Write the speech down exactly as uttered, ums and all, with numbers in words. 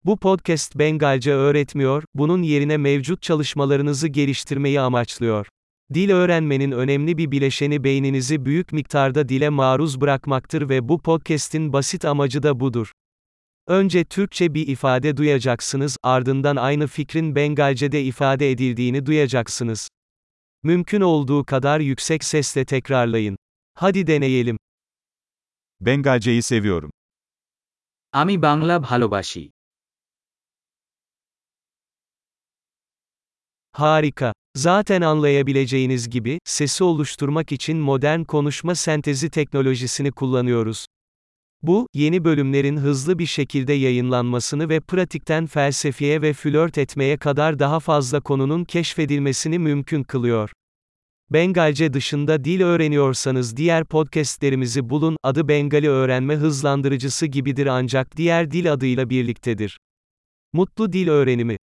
Bu podcast Bengalce öğretmiyor, bunun yerine mevcut çalışmalarınızı geliştirmeyi amaçlıyor. Dil öğrenmenin önemli bir bileşeni beyninizi büyük miktarda dile maruz bırakmaktır ve bu podcast'in basit amacı da budur. Önce Türkçe bir ifade duyacaksınız, ardından aynı fikrin Bengalce'de ifade edildiğini duyacaksınız. Mümkün olduğu kadar yüksek sesle tekrarlayın. Hadi deneyelim. Bengalceyi seviyorum. আমি বাংলা ভালোবাসি। Harika. Zaten anlayabileceğiniz gibi, sesi oluşturmak için modern konuşma sentezi teknolojisini kullanıyoruz. Bu, yeni bölümlerin hızlı bir şekilde yayınlanmasını ve pratikten felsefeye ve flört etmeye kadar daha fazla konunun keşfedilmesini mümkün kılıyor. Bengalce dışında dil öğreniyorsanız diğer podcastlerimizi bulun, adı Bengali öğrenme hızlandırıcısı gibidir ancak diğer dil adıyla birliktedir. Mutlu dil öğrenimi.